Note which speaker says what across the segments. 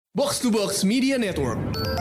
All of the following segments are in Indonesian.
Speaker 1: Box to Box Media Network.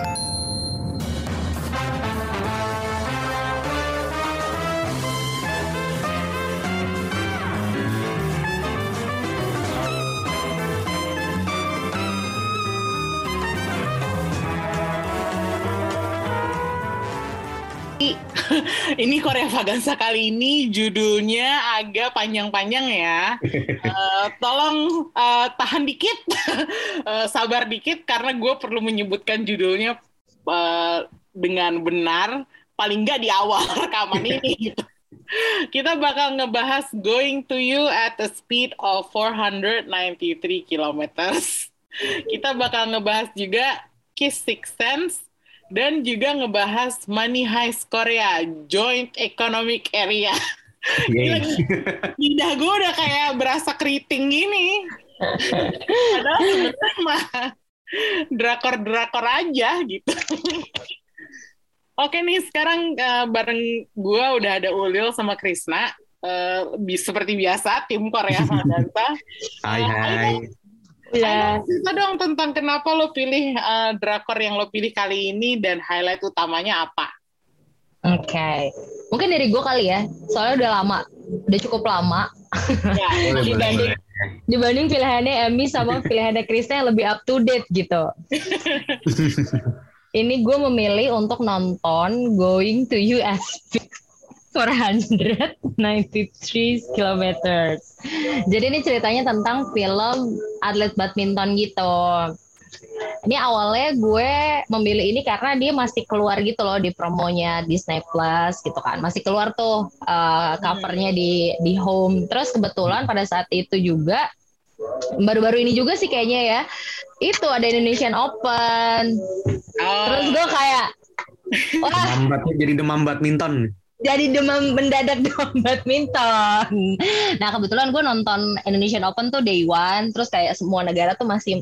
Speaker 2: Ini Korea Vaganza kali ini judulnya agak panjang-panjang ya. Tolong tahan dikit, sabar dikit karena gue perlu menyebutkan judulnya dengan benar, paling nggak di awal rekaman ini. Gitu. Kita bakal ngebahas Going to You at a Speed of 493 kilometers. Kita bakal ngebahas juga Kiss Sixth Sense. Dan juga ngebahas Money Heist Korea, Joint Economic Area. Lidah gue udah kayak berasa keriting gini. Padahal sebenarnya mah drakor-drakor aja gitu. Oke nih, sekarang bareng gue udah ada Ulil sama Krisna. Seperti biasa, tim Korea Vaganza.
Speaker 3: Hai.
Speaker 2: Ya. Cerita dong tentang kenapa lo pilih drakor yang lo pilih kali ini dan highlight utamanya apa?
Speaker 4: Oke. Mungkin dari gue kali ya, soalnya udah cukup lama.
Speaker 2: Ya,
Speaker 4: dibanding pilihannya Emmy sama pilihannya Krisna yang lebih up to date gitu. Ini gue memilih untuk nonton Going to You at Speed 493 kilometers. Jadi ini ceritanya tentang film atlet badminton gitu. Ini awalnya gue memilih ini karena dia masih keluar gitu loh di promonya Disney Plus gitu kan. Masih keluar tuh covernya di home. Terus kebetulan pada saat itu juga baru-baru ini juga sih kayaknya ya. Itu ada Indonesian Open. Terus gue kayak wah,
Speaker 3: jadi demam badminton.
Speaker 4: Jadi mendadak demam badminton. Nah kebetulan gue nonton Indonesian Open tuh day one, terus kayak semua negara tuh masih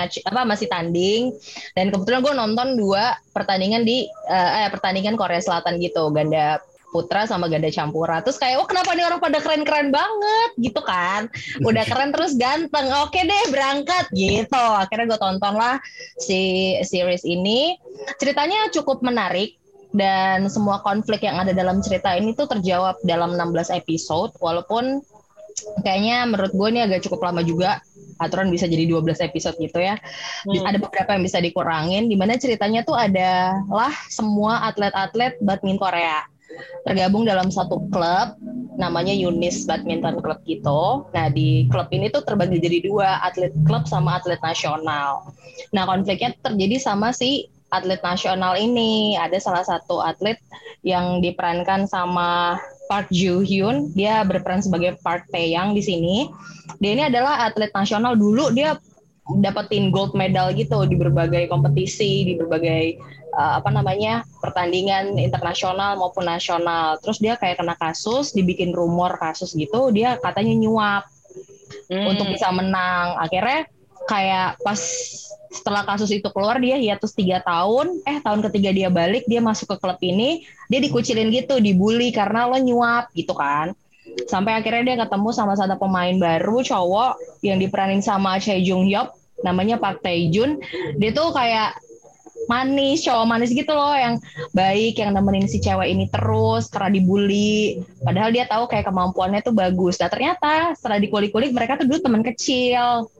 Speaker 4: tanding, dan kebetulan gue nonton 2 pertandingan Korea Selatan gitu, ganda putra sama ganda campura. Terus kayak kenapa nih orang pada keren-keren banget gitu kan, udah keren terus ganteng, oke deh berangkat gitu. Akhirnya gue tonton lah si series ini. Ceritanya cukup menarik dan semua konflik yang ada dalam cerita ini tuh terjawab dalam 16 episode, walaupun kayaknya menurut gue ini agak cukup lama juga, aturan bisa jadi 12 episode gitu ya. Ada beberapa yang bisa dikurangin, dimana ceritanya tuh adalah semua atlet-atlet badminton Korea tergabung dalam satu klub namanya Yunis Badminton Club gitu. Nah di klub ini tuh terbagi jadi 2, atlet klub sama atlet nasional. Nah konfliknya terjadi sama si atlet nasional ini. Ada salah satu atlet yang diperankan sama Park Joo Hyun, dia berperan sebagai Park Tae Yang di sini. Dia ini adalah atlet nasional, dulu dia dapetin gold medal gitu di berbagai kompetisi, di berbagai pertandingan internasional maupun nasional. Terus dia kayak kena kasus, dibikin rumor kasus gitu, dia katanya nyuap untuk bisa menang. Akhirnya kayak pas setelah kasus itu keluar, dia hiatus 3 tahun, tahun ketiga dia balik, dia masuk ke klub ini, dia dikucilin gitu, dibully karena lo nyuap gitu kan. Sampai akhirnya dia ketemu sama satu pemain baru cowok yang diperanin sama Choi Jung Hyuk, namanya Park Tae Jun. Dia tuh kayak cowok manis gitu loh, yang baik, yang nemenin si cewek ini terus karena dibully. Padahal dia tahu kayak kemampuannya tuh bagus. Nah ternyata setelah dikulik-kulik, mereka tuh dulu teman kecil.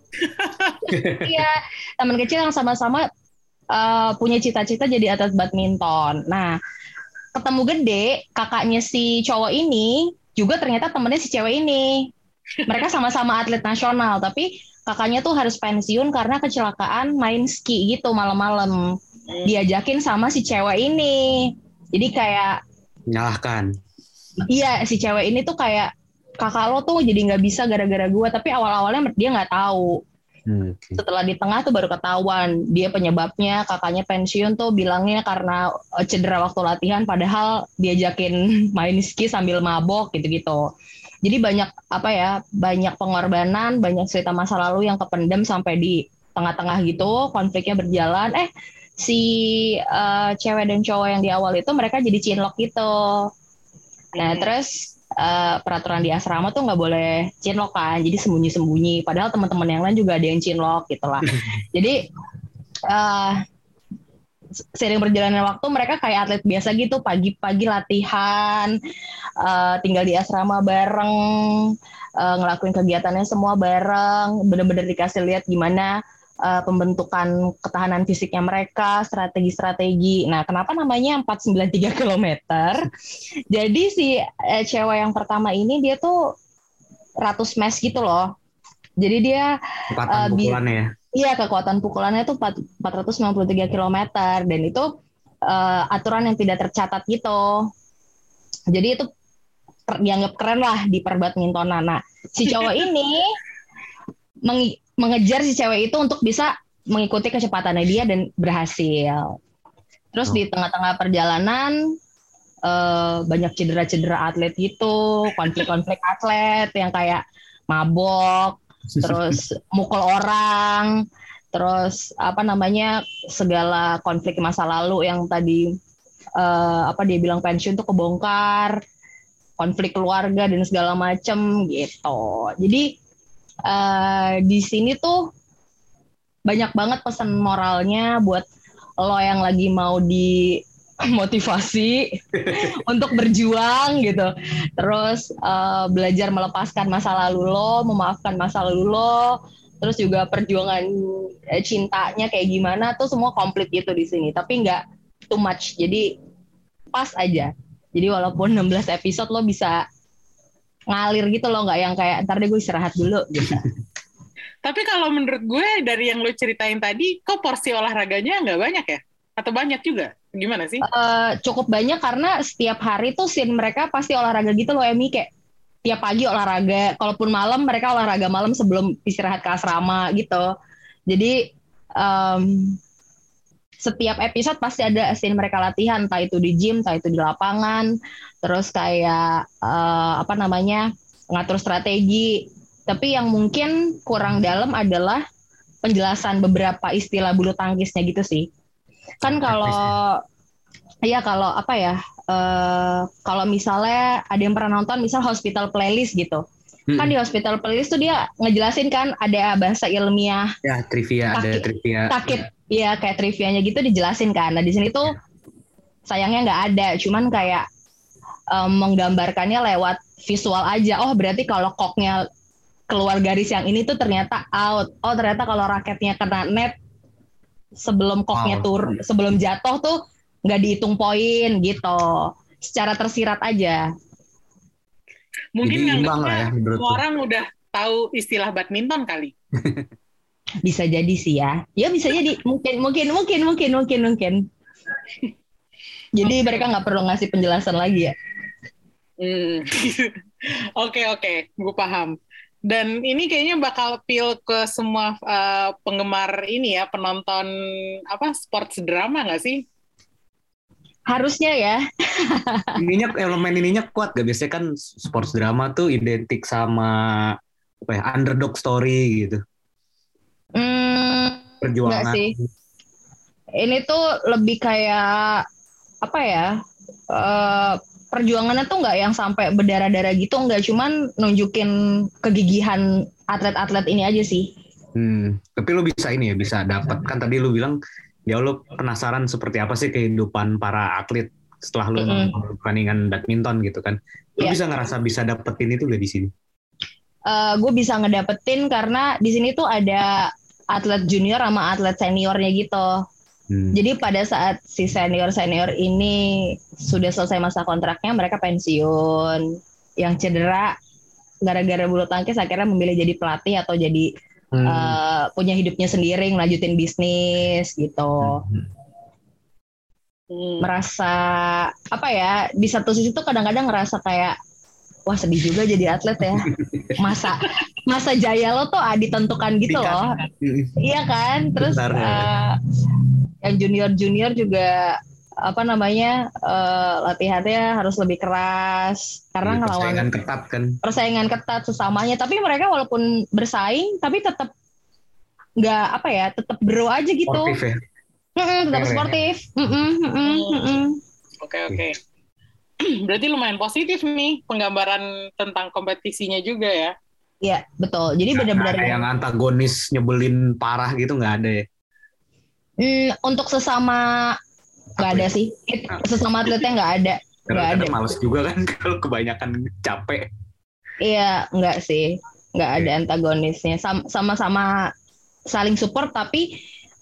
Speaker 4: Iya, teman kecil yang sama-sama punya cita-cita jadi atlet badminton. Nah, ketemu gede, kakaknya si cowok ini juga ternyata temennya si cewek ini. Mereka sama-sama atlet nasional, tapi kakaknya tuh harus pensiun karena kecelakaan main ski gitu malam-malam. Diajakin sama si cewek ini. Jadi kayak
Speaker 3: menyalahkan.
Speaker 4: Iya, si cewek ini tuh kayak, kakak lo tuh jadi nggak bisa gara-gara gue, tapi awal-awalnya dia nggak tahu. Setelah di tengah tuh baru ketahuan dia penyebabnya kakaknya pensiun tuh bilangnya karena cedera waktu latihan, padahal diajakin main ski sambil mabok gitu-gitu. Jadi banyak banyak pengorbanan, banyak cerita masa lalu yang kependam sampai di tengah-tengah gitu, konfliknya berjalan. Si cewek dan cowok yang di awal itu mereka jadi cinlok gitu. Nah terus peraturan di asrama tuh nggak boleh cinlok kan, jadi sembunyi-sembunyi. Padahal teman-teman yang lain juga ada yang cinlok gitu lah. Jadi eh, seiring berjalannya waktu mereka kayak atlet biasa gitu, pagi-pagi latihan, tinggal di asrama bareng, ngelakuin kegiatannya semua bareng, bener-bener dikasih lihat gimana pembentukan ketahanan fisiknya mereka, strategi-strategi. Nah, kenapa namanya 493 kilometer? Jadi si cewek yang pertama ini dia tuh Ratu Smash gitu loh. Jadi dia
Speaker 3: Kekuatan pukulannya ya.
Speaker 4: iya, kekuatan pukulannya tuh 493 kilometer dan itu aturan yang tidak tercatat gitu. Jadi itu dianggap keren lah di perbadmintonan. Nah, si cowok ini mengejar si cewek itu untuk bisa mengikuti kecepatannya dia dan berhasil. Terus di tengah-tengah perjalanan banyak cedera-cedera atlet gitu, konflik-konflik atlet yang kayak mabok, terus mukul orang, terus apa namanya segala konflik masa lalu yang tadi dia bilang pensiun tuh kebongkar, konflik keluarga dan segala macem gitu. Jadi di sini tuh banyak banget pesan moralnya buat lo yang lagi mau dimotivasi untuk berjuang gitu. Terus belajar melepaskan masa lalu lo, memaafkan masa lalu lo, terus juga perjuangan cintanya kayak gimana tuh semua komplit gitu di sini. Tapi nggak too much, jadi pas aja. Jadi walaupun 16 episode lo bisa ngalir gitu loh, nggak yang kayak ntar deh gue istirahat dulu gitu.
Speaker 2: Tapi kalau menurut gue dari yang lo ceritain tadi, kok porsi olahraganya nggak banyak ya? Atau banyak juga? Gimana sih?
Speaker 4: Cukup banyak karena setiap hari tuh scene mereka pasti olahraga gitu loh, Emi, kayak tiap pagi olahraga, kalaupun malam mereka olahraga malam sebelum istirahat ke asrama gitu. Jadi setiap episode pasti ada scene mereka latihan, entah itu di gym, entah itu di lapangan, terus kayak ngatur strategi. Tapi yang mungkin kurang dalam adalah penjelasan beberapa istilah bulu tangkisnya gitu sih. Kan kalau misalnya ada yang pernah nonton misal Hospital Playlist gitu. Kan di Hospital Playlist tuh dia ngejelasin kan ada bahasa ilmiah.
Speaker 3: Ya, trivia, ada trivia.
Speaker 4: Iya, kayak trivianya gitu dijelasin kan. Nah, di sini tuh sayangnya nggak ada, cuman kayak menggambarkannya lewat visual aja. Oh, berarti kalau koknya keluar garis yang ini tuh ternyata out. Oh, ternyata kalau raketnya kena net sebelum koknya sebelum jatuh tuh nggak dihitung poin gitu. Secara tersirat aja.
Speaker 2: Mungkin
Speaker 3: nganggapnya
Speaker 2: semua orang udah tahu istilah badminton kali.
Speaker 4: Bisa jadi sih ya. Ya bisa jadi. Mungkin. Jadi mereka nggak perlu ngasih penjelasan lagi ya.
Speaker 2: Oke, gue paham. Dan ini kayaknya bakal appeal ke semua penggemar ini ya, penonton sports drama nggak sih?
Speaker 4: Harusnya ya.
Speaker 3: Elemen ininya kuat gak? Biasanya kan sports drama tuh identik sama underdog story gitu. Perjuangan.
Speaker 4: Enggak sih. Ini tuh lebih kayak perjuangannya tuh nggak yang sampai berdarah-darah gitu, nggak, cuman nunjukin kegigihan atlet-atlet ini aja sih.
Speaker 3: Tapi lo bisa bisa dapat kan tadi lo bilang lo penasaran seperti apa sih kehidupan para atlet setelah lo nonton pertandingan badminton gitu kan. Lo bisa ngerasa bisa dapetin itu gak di sini?
Speaker 4: Gue bisa ngedapetin karena di sini tuh ada atlet junior sama atlet seniornya gitu. Jadi pada saat si senior ini sudah selesai masa kontraknya, mereka pensiun. Yang cedera gara-gara bulu tangkis akhirnya memilih jadi pelatih atau jadi punya hidupnya sendiri, ngelanjutin bisnis gitu. Merasa di satu sisi tuh kadang-kadang ngerasa kayak wah sedih juga jadi atlet ya. Masa jaya lo tuh ditentukan gitu loh. Iya kan? Terus yang junior juga latihannya harus lebih keras karena ngelawan
Speaker 3: persaingan ketat kan.
Speaker 4: Persaingan ketat sesamanya, tapi mereka walaupun bersaing tapi tetap nggak tetap bro aja gitu.
Speaker 3: Sportif ya.
Speaker 4: Tetap sportif.
Speaker 2: Oke. Berarti lumayan positif nih penggambaran tentang kompetisinya juga ya.
Speaker 4: Iya, betul. Jadi benar-benar
Speaker 3: yang antagonis nyebelin parah gitu nggak ada ya.
Speaker 4: Untuk sesama nggak ada sih. Sesama atletnya nggak ada. Nggak ada.
Speaker 3: Males juga kan kalau kebanyakan capek.
Speaker 4: Iya, nggak sih. Nggak ada antagonisnya. Sama-sama saling support, tapi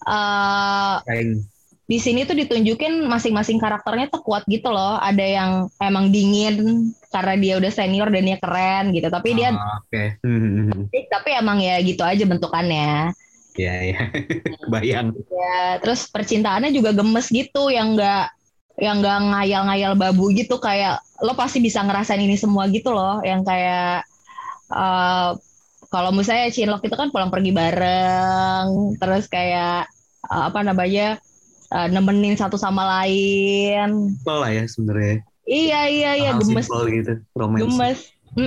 Speaker 4: di sini tuh ditunjukin masing-masing karakternya tuh kuat gitu loh. Ada yang emang dingin karena dia udah senior dan dia keren gitu. Tapi dia tapi emang ya gitu aja bentukannya.
Speaker 3: Iya. Kebayang.
Speaker 4: Ya, terus percintaannya juga gemes gitu, yang nggak ngayal-ngayal babu gitu, kayak lo pasti bisa ngerasain ini semua gitu loh, yang kayak kalau misalnya Shinlock itu kan pulang pergi bareng, terus kayak nemenin satu sama lain.
Speaker 3: Simple lah ya sebenarnya.
Speaker 4: Iya, gemes.
Speaker 3: Simple gitu, romance.
Speaker 4: Gemes.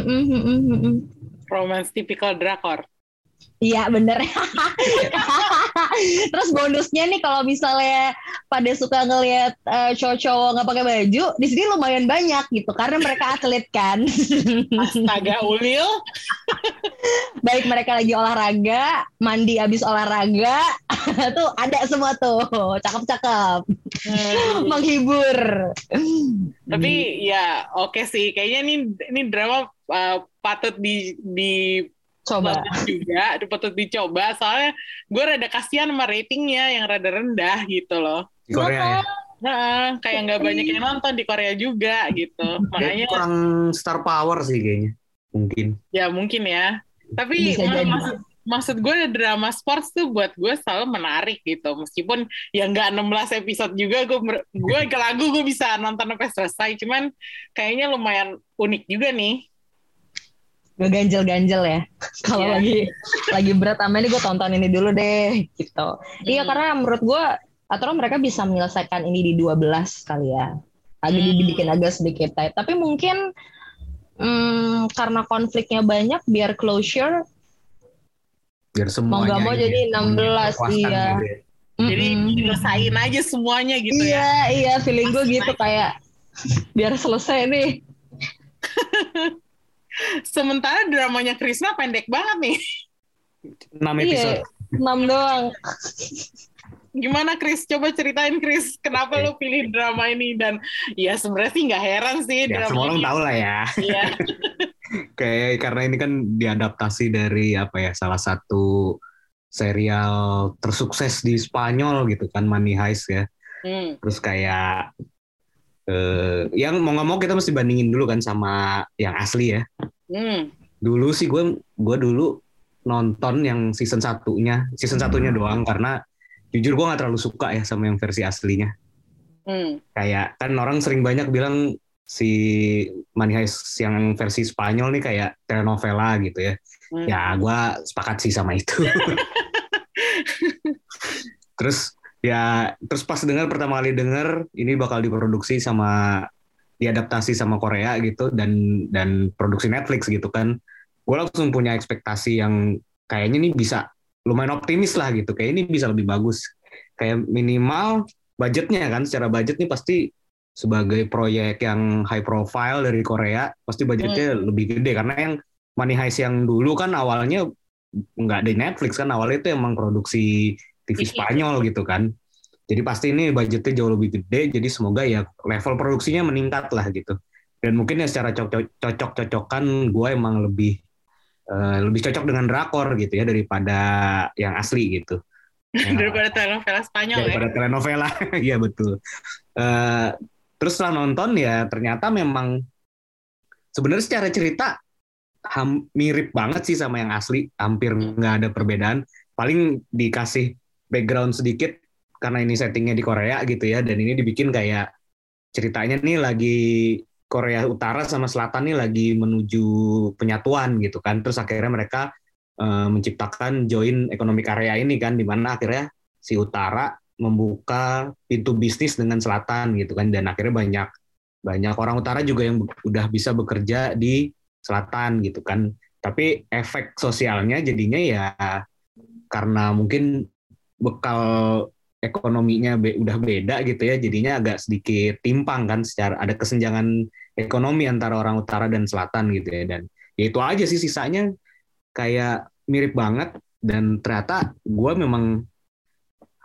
Speaker 2: Romance typical drakor.
Speaker 4: Iya bener. Terus bonusnya nih kalau misalnya pada suka ngelihat cowok-cowok nggak pakai baju, di sini lumayan banyak gitu karena mereka atlet kan.
Speaker 2: Astaga Ulil.
Speaker 4: Baik mereka lagi olahraga, mandi abis olahraga, tuh ada semua tuh, cakep-cakep, menghibur.
Speaker 2: Tapi ya oke sih, kayaknya ini drama patut
Speaker 4: coba
Speaker 2: juga, patut dicoba. Soalnya gue rada kasihan sama ratingnya yang rada rendah gitu loh.
Speaker 3: Di Korea ya?
Speaker 2: Nah, kayak nggak banyak yang nonton di Korea juga gitu. Makanya
Speaker 3: kurang star power sih kayaknya. Mungkin ya. Tapi maksud gue drama sports tuh buat gue selalu menarik gitu. Meskipun ya nggak 16 episode juga, gue lagu gue bisa nonton sampai selesai. Cuman kayaknya lumayan unik juga nih.
Speaker 4: Ganjel-ganjel ya. Kalau lagi berat sama ini gue tonton ini dulu deh gitu. Iya karena menurut gue atau mereka bisa menyelesaikan ini di 12 kali ya. Agak dibikin agak sedikit tight. Tapi mungkin karena konfliknya banyak biar closure.
Speaker 3: Biar semuanya.
Speaker 4: Mau jadi 16 iya.
Speaker 2: Jadi diselesain aja semuanya gitu
Speaker 4: ya. Iya feeling gue gitu kayak biar selesai nih.
Speaker 2: Sementara dramanya Krishna pendek banget nih.
Speaker 3: 6 episode.
Speaker 4: 6 doang.
Speaker 2: Gimana Chris? Coba ceritain Chris, kenapa lo pilih drama ini? Dan ya sebenarnya sih nggak heran sih.
Speaker 3: Ya, semua orang tahu lah ya.
Speaker 2: Iya.
Speaker 3: Kayak karena ini kan diadaptasi dari salah satu serial tersukses di Spanyol gitu kan, Money Heist ya. Terus kayak yang mau nggak mau kita mesti bandingin dulu kan sama yang asli ya. Dulu sih gue dulu nonton yang season satunya doang karena jujur gue nggak terlalu suka ya sama yang versi aslinya. Kayak kan orang sering banyak bilang si Money Heist yang versi Spanyol nih kayak telenovela gitu ya. Ya gue sepakat sih sama itu. Terus pas pertama kali dengar ini bakal diadaptasi sama Korea gitu dan produksi Netflix gitu kan, gue langsung punya ekspektasi yang kayaknya nih bisa lumayan optimis lah gitu, kayak ini bisa lebih bagus, kayak minimal budgetnya kan, secara budget nih pasti sebagai proyek yang high profile dari Korea pasti budgetnya lebih gede, karena yang Money Heist yang dulu kan awalnya nggak di Netflix kan, awalnya itu emang produksi TV Spanyol gitu kan. Jadi pasti ini budgetnya jauh lebih gede, jadi semoga ya level produksinya meningkat lah gitu. Dan mungkin ya secara cocok-cocokan gue emang lebih cocok dengan drakor gitu ya daripada yang asli gitu.
Speaker 2: Daripada telenovela Spanyol
Speaker 3: daripada telenovela, iya betul. Terus setelah nonton ya ternyata memang sebenarnya secara cerita mirip banget sih sama yang asli, hampir nggak ada perbedaan. Paling dikasih background sedikit karena ini settingnya di Korea gitu ya, dan ini dibikin kayak ceritanya nih lagi Korea Utara sama Selatan nih lagi menuju penyatuan gitu kan, terus akhirnya mereka menciptakan joint economic area ini kan, di mana akhirnya si Utara membuka pintu bisnis dengan Selatan gitu kan, dan akhirnya banyak orang Utara juga yang udah bisa bekerja di Selatan gitu kan. Tapi efek sosialnya jadinya ya karena mungkin bekal ekonominya udah beda gitu ya, jadinya agak sedikit timpang kan, secara ada kesenjangan ekonomi antara orang Utara dan Selatan gitu ya. Dan ya itu aja sih, sisanya kayak mirip banget, dan ternyata gue memang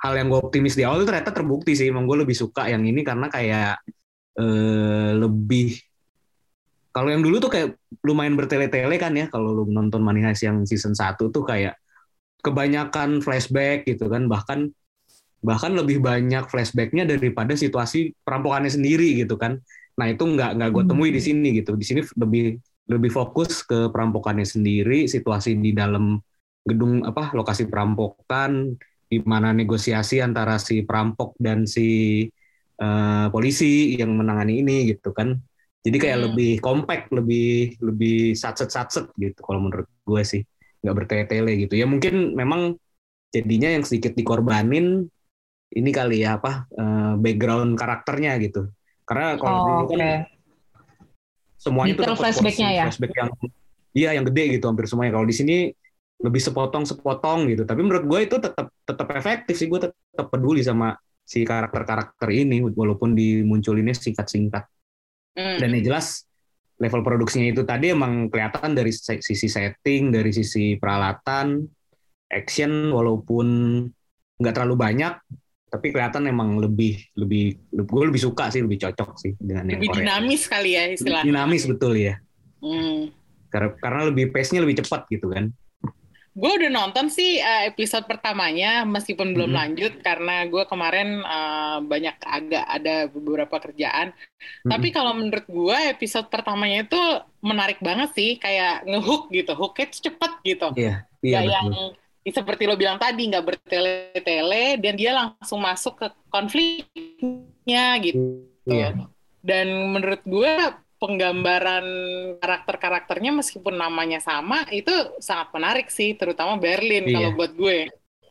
Speaker 3: hal yang gue optimis di awal itu ternyata terbukti sih. Emang gue lebih suka yang ini karena kayak lebih, kalau yang dulu tuh kayak lumayan bertele-tele kan ya, kalau lu nonton Money Heist yang season 1 tuh kayak kebanyakan flashback gitu kan, bahkan lebih banyak flashbacknya daripada situasi perampokannya sendiri gitu kan. Nah itu nggak gue temui di sini gitu. Di sini lebih fokus ke perampokannya sendiri, situasi di dalam gedung lokasi perampokan, di mana negosiasi antara si perampok dan si polisi yang menangani ini gitu kan. Jadi kayak lebih compact, lebih satset gitu kalau menurut gue sih, nggak bertele-tele gitu. Ya mungkin memang jadinya yang sedikit dikorbanin ini kali ya background karakternya gitu. Karena kalau dulu kan semuanya tuh dapat
Speaker 4: flashback-nya ya.
Speaker 3: Flashback yang gede gitu hampir semuanya. Kalau di sini lebih sepotong gitu. Tapi menurut gue itu tetap efektif sih. Gue tetap peduli sama si karakter-karakter ini walaupun dimunculinnya singkat-singkat. Dan yang jelas level produksinya itu tadi emang kelihatan dari sisi setting, dari sisi peralatan, action walaupun nggak terlalu banyak, tapi kelihatan emang gue lebih suka sih, lebih cocok sih dengan yang Korea.
Speaker 2: Lebih dinamis kali ya istilahnya.
Speaker 3: Dinamis betul ya. Karena lebih pace-nya lebih cepat gitu kan.
Speaker 2: Gue udah nonton sih episode pertamanya meskipun belum lanjut karena gue kemarin agak ada beberapa kerjaan. Tapi kalau menurut gue episode pertamanya itu menarik banget sih, kayak ngehook gitu, hooknya cepet gitu.
Speaker 3: Iya,
Speaker 2: yang seperti lo bilang tadi nggak bertele-tele dan dia langsung masuk ke konfliknya gitu.
Speaker 3: Iya.
Speaker 2: Dan menurut gue penggambaran karakter-karakternya meskipun namanya sama itu sangat menarik sih, terutama Berlin kalau buat gue.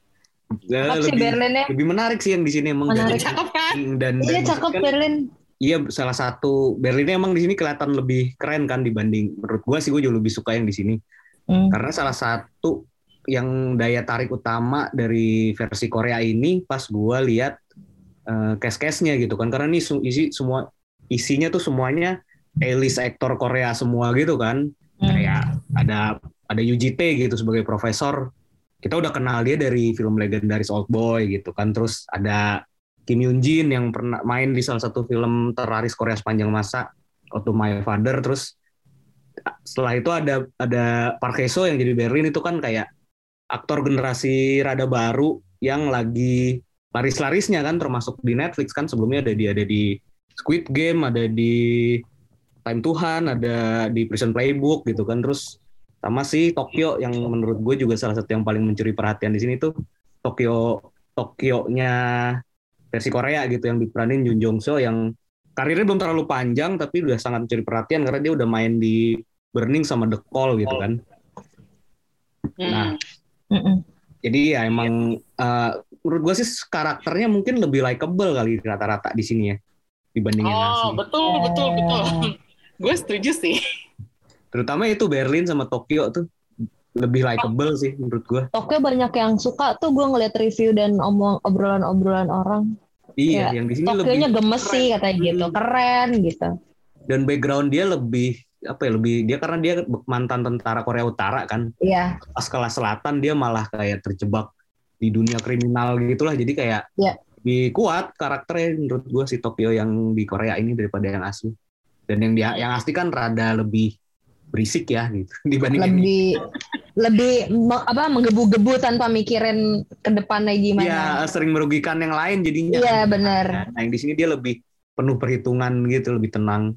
Speaker 3: Lebih menarik sih yang di sini emang.
Speaker 2: Cakep kan?
Speaker 4: Iya cakep kan, Berlin.
Speaker 3: Iya, salah satu Berlinnya emang di sini kelihatan lebih keren kan dibanding, menurut gue sih gue jauh lebih suka yang di sini. Karena salah satu yang daya tarik utama dari versi Korea ini pas gue lihat cast-castnya gitu kan, karena ini isinya tuh semuanya A-list aktor Korea semua gitu kan. Kayak ada Yoo Ji-tae gitu sebagai profesor. Kita udah kenal dia dari film legendaris Oldboy gitu kan. Terus ada Kim Yoon Jin yang pernah main di salah satu film terlaris Korea sepanjang masa, How to My Father. Terus setelah itu ada Park Hae-soo yang jadi Berlin, itu kan kayak aktor generasi rada baru yang lagi laris-larisnya kan, termasuk di Netflix kan. Sebelumnya ada di Squid Game, ada di Time Tuhan, ada di Prison Playbook gitu kan. Terus sama si Tokyo yang menurut gue juga salah satu yang paling mencuri perhatian di sini tuh Tokyo-nya versi Korea gitu, yang diperanin Jun Jong Seo yang karirnya belum terlalu panjang tapi udah sangat mencuri perhatian karena dia udah main di Burning sama The Call gitu kan. Nah, jadi ya emang menurut gue sih karakternya mungkin lebih likable kali rata-rata di sini ya dibanding yang asli.
Speaker 2: Betul. Gue setuju sih.
Speaker 3: Terutama itu Berlin sama Tokyo tuh lebih likable sih menurut gue.
Speaker 4: Tokyo banyak yang suka tuh, gue ngeliat review dan obrolan orang.
Speaker 3: Iya, yang di sini
Speaker 4: Tokyo-nya gemes keren sih katanya gitu, keren gitu.
Speaker 3: Dan background dia lebih dia karena dia mantan tentara Korea Utara kan.
Speaker 4: Iya.
Speaker 3: Pas kelas selatan dia malah kayak terjebak di dunia kriminal gitulah. Jadi kayak lebih kuat karakternya menurut gue si Tokyo yang di Korea ini daripada yang asli. Dan yang asli kan rada lebih berisik ya gitu dibanding
Speaker 4: lebih menggebu-gebu tanpa mikirin ke depannya gimana.
Speaker 3: Iya, sering merugikan yang lain jadinya.
Speaker 4: Iya, benar.
Speaker 3: Nah, yang di sini dia lebih penuh perhitungan gitu, lebih tenang.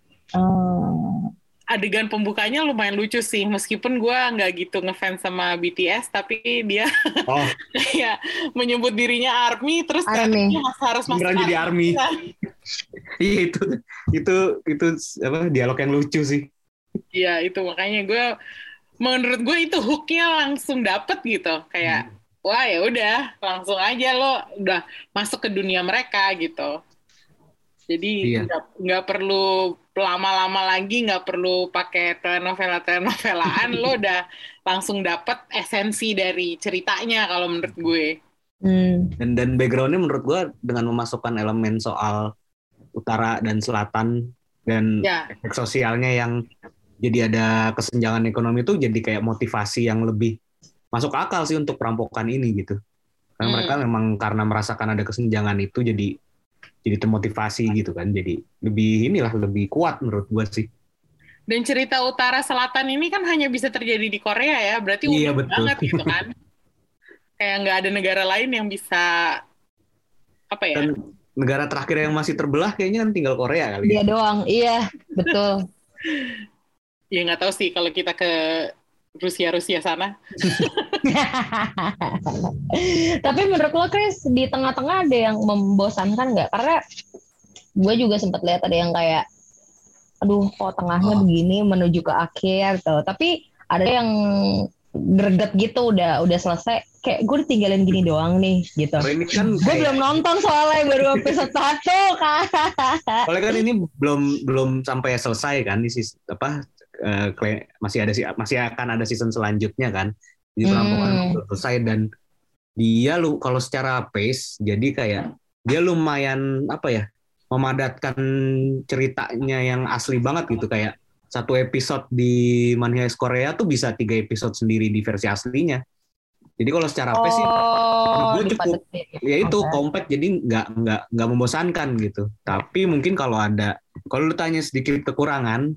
Speaker 2: Adegan pembukanya lumayan lucu sih, meskipun gue nggak gitu ngefans sama BTS, tapi dia kayak menyebut dirinya ARMY, terus harus masuk
Speaker 3: jadi ARMY. Iya, itu dialog yang lucu sih.
Speaker 2: Iya, itu makanya menurut gue itu hooknya langsung dapet gitu, kayak wah ya udah langsung aja lo udah masuk ke dunia mereka gitu. Jadi nggak perlu lama-lama lagi, nggak perlu pakai telenovelaan, lo udah langsung dapet esensi dari ceritanya kalau menurut gue.
Speaker 3: Dan backgroundnya menurut gue dengan memasukkan elemen soal utara dan selatan dan efek sosialnya yang jadi ada kesenjangan ekonomi itu jadi kayak motivasi yang lebih masuk akal sih untuk perampokan ini gitu. Karena mereka memang karena merasakan ada kesenjangan itu jadi termotivasi gitu kan. Jadi lebih kuat menurut gue sih.
Speaker 2: Dan cerita utara selatan ini kan hanya bisa terjadi di Korea ya, berarti
Speaker 3: Iya,
Speaker 2: unik
Speaker 3: betul.
Speaker 2: banget gitu kan. Kayak nggak ada negara lain yang bisa apa ya?
Speaker 3: Dan negara terakhir yang masih terbelah kayaknya kan tinggal Korea kali
Speaker 4: Dia
Speaker 3: ya.
Speaker 4: doang, iya betul.
Speaker 2: Ya nggak tahu sih kalau kita ke Rusia sana.
Speaker 4: Tapi menurut lo Chris, di tengah-tengah ada yang membosankan nggak? Karena gue juga sempat lihat ada yang kayak, aduh kok tengahnya begini menuju ke akhir tuh. Tapi ada yang greget gitu, udah selesai. Kayak gue ditinggalin gini doang nih gitu.
Speaker 3: Kalau ini kan
Speaker 4: Gue belum nonton soalnya baru episode 1 kan.
Speaker 3: soalnya kan ini belum sampai selesai kan, ini masih akan ada season selanjutnya kan. Jadi perampokan belum selesai dan dia kalau secara pace jadi kayak dia lumayan memadatkan ceritanya yang asli banget gitu, kayak satu episode di Money Heist Korea tuh bisa 3 episode sendiri di versi aslinya. Jadi kalau secara pace sih gue cukup ya itu compact, jadi nggak membosankan gitu. Tapi mungkin kalau lu tanya sedikit kekurangan,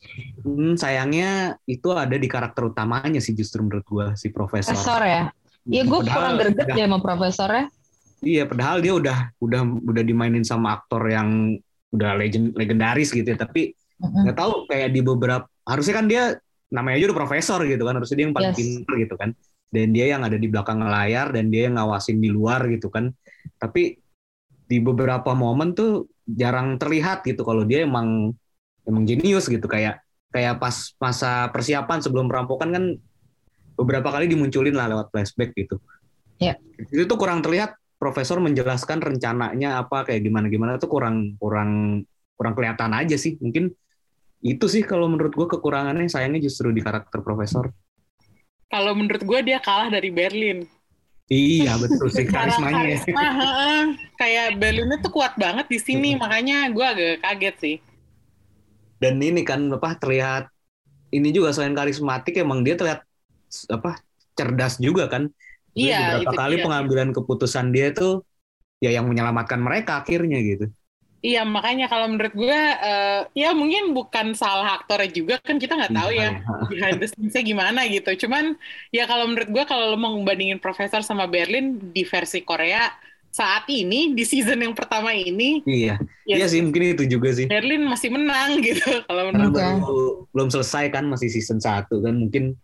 Speaker 3: sayangnya itu ada di karakter utamanya sih justru menurut gue, si Profesor
Speaker 4: ya. Iya gue kurang greget deh sama Profesornya.
Speaker 3: Iya, padahal dia udah dimainin sama aktor yang udah legendaris gitu ya, tapi nggak tahu kayak di beberapa, harusnya kan dia namanya aja udah profesor gitu kan, harusnya dia yang paling pintar gitu kan, dan dia yang ada di belakang layar dan dia yang ngawasin di luar gitu kan, tapi di beberapa momen tuh jarang terlihat gitu kalau dia emang jenius gitu, kayak pas masa persiapan sebelum perampokan kan beberapa kali dimunculin lah lewat flashback gitu.
Speaker 4: Ya.
Speaker 3: Itu tuh kurang terlihat Profesor menjelaskan rencananya apa kayak gimana tuh kurang kelihatan aja sih. Mungkin itu sih kalau menurut gue kekurangannya, sayangnya justru di karakter Profesor.
Speaker 2: Kalau menurut gue dia kalah dari Berlin.
Speaker 3: Iya betul sih, karismanya.
Speaker 2: Kayak Berlinnya tuh kuat banget di sini, makanya gue agak kaget sih.
Speaker 3: Dan ini kan terlihat ini juga selain karismatik emang dia terlihat cerdas juga kan.
Speaker 2: Iya,
Speaker 3: beberapa kali pengambilan keputusan dia tuh ya yang menyelamatkan mereka akhirnya gitu.
Speaker 2: Iya, makanya kalau menurut gue ya mungkin bukan salah aktornya juga kan, kita nggak tahu ya behind the scenes-nya gimana gitu. Cuman ya kalau menurut gue kalau lo mau ngebandingin Profesor sama Berlin di versi Korea saat ini di season yang pertama ini,
Speaker 3: iya sih mungkin itu juga sih.
Speaker 2: Berlin masih menang gitu kalau menurut gue.
Speaker 3: Belum selesai kan, masih season 1 kan, mungkin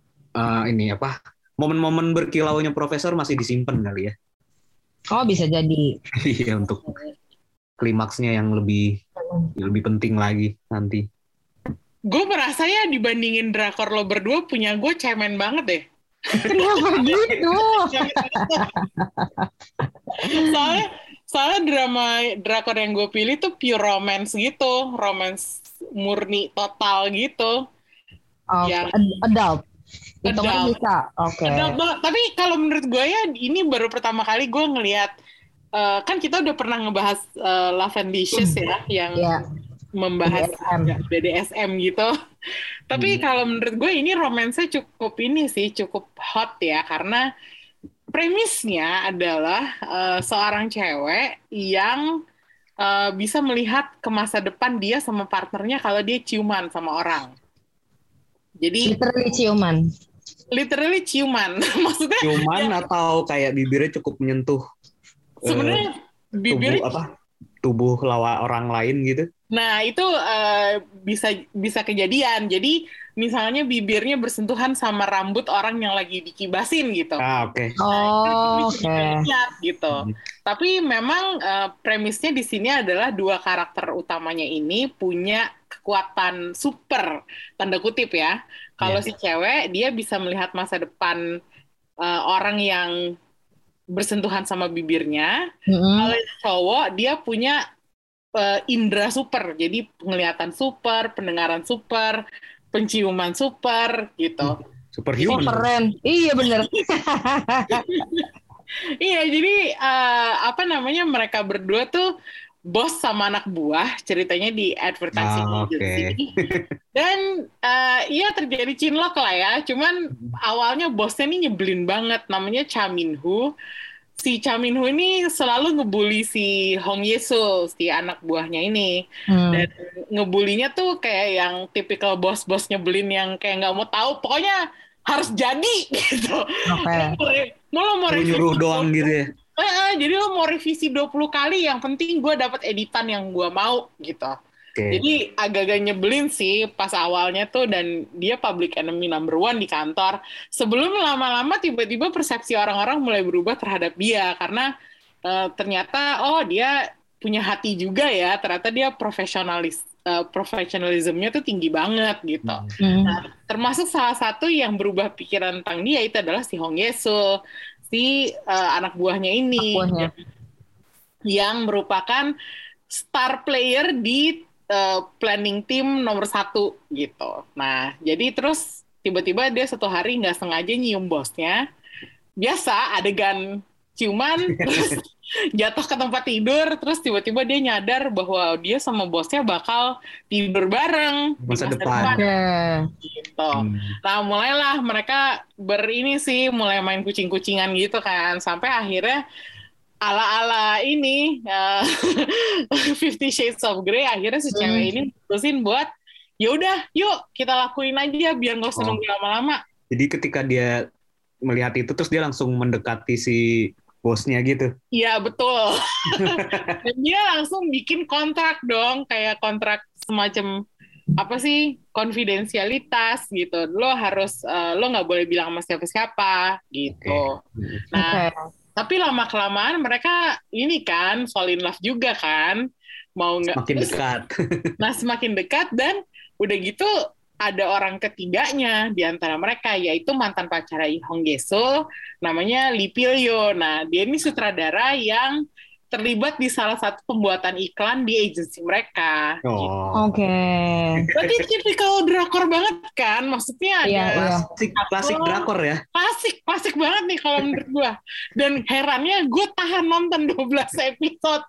Speaker 3: momen-momen berkilaunya Profesor masih disimpan kali ya.
Speaker 4: Oh bisa jadi.
Speaker 3: Iya, untuk klimaksnya yang lebih penting lagi nanti.
Speaker 2: Gue merasa ya dibandingin drakor lo berdua punya gue cemen banget deh.
Speaker 4: Kenapa gitu?
Speaker 2: soalnya drakor yang gue pilih tuh pure romance gitu, romance murni total gitu.
Speaker 4: Adult. Itu kan bisa, oke.
Speaker 2: Tapi kalau menurut gue ya ini baru pertama kali gue ngelihat, kan kita udah pernah ngebahas Love and Dishes ya, yang membahas BDSM gitu. Tapi kalau menurut gue ini romansnya cukup hot ya, karena premisnya adalah seorang cewek yang bisa melihat ke masa depan dia sama partnernya kalau dia ciuman sama orang. Jadi literally ciuman. Maksudnya
Speaker 3: ciuman atau kayak bibirnya cukup menyentuh
Speaker 2: sebenarnya bibirnya
Speaker 3: tubuh orang lain gitu.
Speaker 2: Nah, itu bisa kejadian. Jadi misalnya bibirnya bersentuhan sama rambut orang yang lagi dikibasin gitu.
Speaker 3: Oke.
Speaker 2: Oke. Gitu. Tapi memang premisnya di sini adalah dua karakter utamanya ini punya kekuatan super, tanda kutip ya. Kalau si cewek, dia bisa melihat masa depan orang yang bersentuhan sama bibirnya. Kalau cowok, dia punya indera super, jadi penglihatan super, pendengaran super, penciuman super, gitu.
Speaker 3: Superhuman.
Speaker 4: Keren. Iya bener.
Speaker 2: Iya, jadi mereka berdua tuh bos sama anak buah, ceritanya di advertising agency. Dan terjadi cinlok lah ya, cuman awalnya bosnya nih nyebelin banget, namanya Cha Min-woo. si Cha Min-ho ini selalu ngebully si Hong Ye-soo, si anak buahnya ini. Dan ngebulinya tuh kayak yang tipikal bos-bos nyebelin yang kayak nggak mau tahu, pokoknya harus jadi gitu. Lo mau
Speaker 3: nyuruh doang gitu ya.
Speaker 2: Jadi lo mau revisi 20 kali, yang penting gue dapat editan yang gue mau gitu. Jadi agak-agak nyebelin sih pas awalnya tuh, dan dia public enemy number one di kantor. Sebelum lama-lama tiba-tiba persepsi orang-orang mulai berubah terhadap dia, karena ternyata dia punya hati juga ya, ternyata dia profesionalismenya tuh tinggi banget gitu. Nah, termasuk salah satu yang berubah pikiran tentang dia itu adalah si Hong Ye-soo, si anak buahnya ini, yang merupakan star player di planning team nomor 1 gitu. Nah, jadi terus tiba-tiba dia satu hari nggak sengaja nyium bosnya. Biasa adegan ciuman, terus jatuh ke tempat tidur, terus tiba-tiba dia nyadar bahwa dia sama bosnya bakal tidur bareng
Speaker 3: masa depan.
Speaker 2: Gitu. Nah, mulailah mereka mulai main kucing-kucingan gitu kan, sampai akhirnya ala-ala ini 50 Shades of Grey, akhirnya si cewek ini mutusin buat yaudah yuk kita lakuin aja biar nggak usah nunggu lama-lama.
Speaker 3: Jadi ketika dia melihat itu terus dia langsung mendekati si bosnya gitu.
Speaker 2: Iya betul. Dan dia langsung bikin kontrak dong, kayak kontrak semacam apa sih, konfidensialitas gitu. Lo harus lo nggak boleh bilang sama siapa-siapa gitu. Nah, tapi lama-kelamaan mereka ini kan fall in love juga kan, mau nggak
Speaker 3: semakin dekat.
Speaker 2: Nah, semakin dekat, dan udah gitu ada orang ketiganya di antara mereka, yaitu mantan pacar Hong Ye-soo, namanya Lee Pil-yo. Nah, dia ini sutradara yang terlibat di salah satu pembuatan iklan di agensi mereka. Berarti tipikal drakor banget kan? Maksudnya
Speaker 3: klasik drakor ya?
Speaker 2: Klasik banget nih kalau menurut gue. Dan herannya gue tahan nonton 12 episode.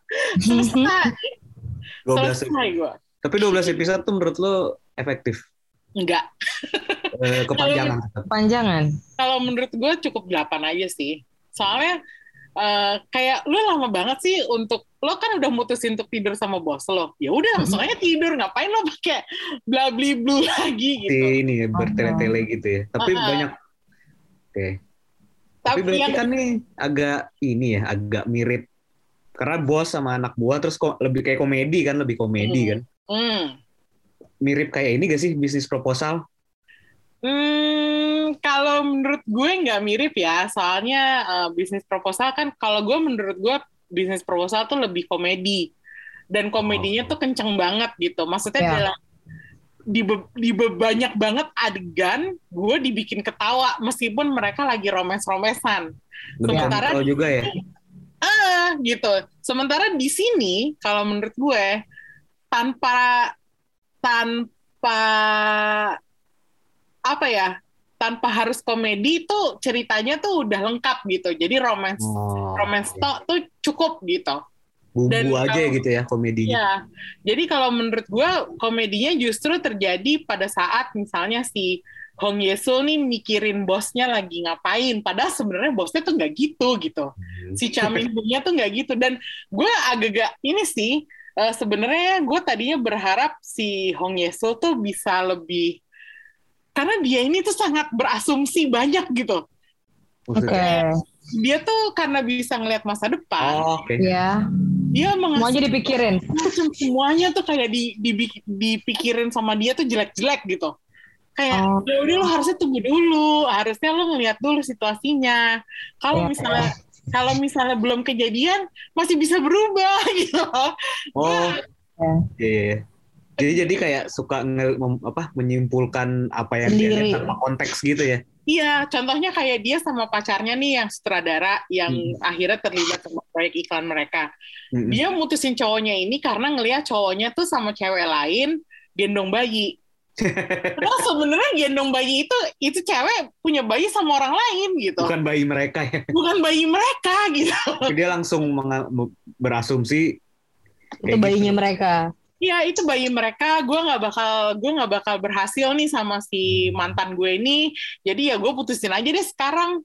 Speaker 2: Selesai gue.
Speaker 3: Tapi 12 episode tuh menurut lo efektif?
Speaker 2: Enggak.
Speaker 3: Kepanjangan?
Speaker 2: Kalau menurut gue cukup 8 aja sih. Soalnya kayak lu lama banget sih untuk lo kan udah mutusin untuk tidur sama bos lo, ya udah langsung aja tidur, ngapain lo pakai bla bli blu lagi gitu.
Speaker 3: Ini ya bertele-tele gitu ya. Tapi banyak. Tapi berarti kan nih agak mirip karena bos sama anak buah, terus kok lebih kayak komedi kan, kan. Mirip kayak ini gak sih, bisnis proposal?
Speaker 2: Kalau menurut gue nggak mirip ya, soalnya bisnis proposal kan, kalau menurut gue bisnis proposal tuh lebih komedi, dan komedinya tuh kenceng banget gitu. Maksudnya dalam banyak banget adegan gue dibikin ketawa meskipun mereka lagi romes-romesan. Sementara
Speaker 3: juga ya.
Speaker 2: Gitu. Sementara di sini kalau menurut gue tanpa tanpa harus komedi tuh ceritanya tuh udah lengkap gitu. Jadi romance tuh cukup gitu.
Speaker 3: Bumbu aja gitu ya komedinya.
Speaker 2: Iya. Jadi kalau menurut gue komedinya justru terjadi pada saat misalnya si Hong Ye-soo nih mikirin bosnya lagi ngapain, padahal sebenarnya bosnya tuh nggak gitu. Si Cha Min-ho-nya tuh nggak gitu. Dan gue agak ini sih sebenarnya gue tadinya berharap si Hong Ye-soo tuh bisa lebih, karena dia ini tuh sangat berasumsi banyak gitu. Dia tuh karena bisa ngelihat masa depan. Dia
Speaker 4: semuanya dipikirin.
Speaker 2: Semuanya tuh kayak dipikirin sama dia tuh jelek-jelek gitu. Kayak udah lo harusnya tunggu dulu, harusnya lo ngelihat dulu situasinya. Kalau misalnya belum kejadian masih bisa berubah gitu.
Speaker 3: Jadi kayak suka menyimpulkan apa yang dia lihat tanpa konteks gitu ya.
Speaker 2: Iya, contohnya kayak dia sama pacarnya nih yang sutradara yang akhirnya terlibat sama proyek iklan mereka. Dia mutusin cowoknya ini karena ngelihat cowoknya tuh sama cewek lain gendong bayi. Padahal sebenarnya gendong bayi itu cewek punya bayi sama orang lain gitu.
Speaker 3: Bukan bayi mereka ya.
Speaker 2: Bukan bayi mereka gitu.
Speaker 3: Dia langsung berasumsi
Speaker 4: itu bayinya mereka.
Speaker 2: Iya, itu bayi mereka. Gue nggak bakal berhasil nih sama si mantan gue ini. Jadi ya gue putusin aja deh sekarang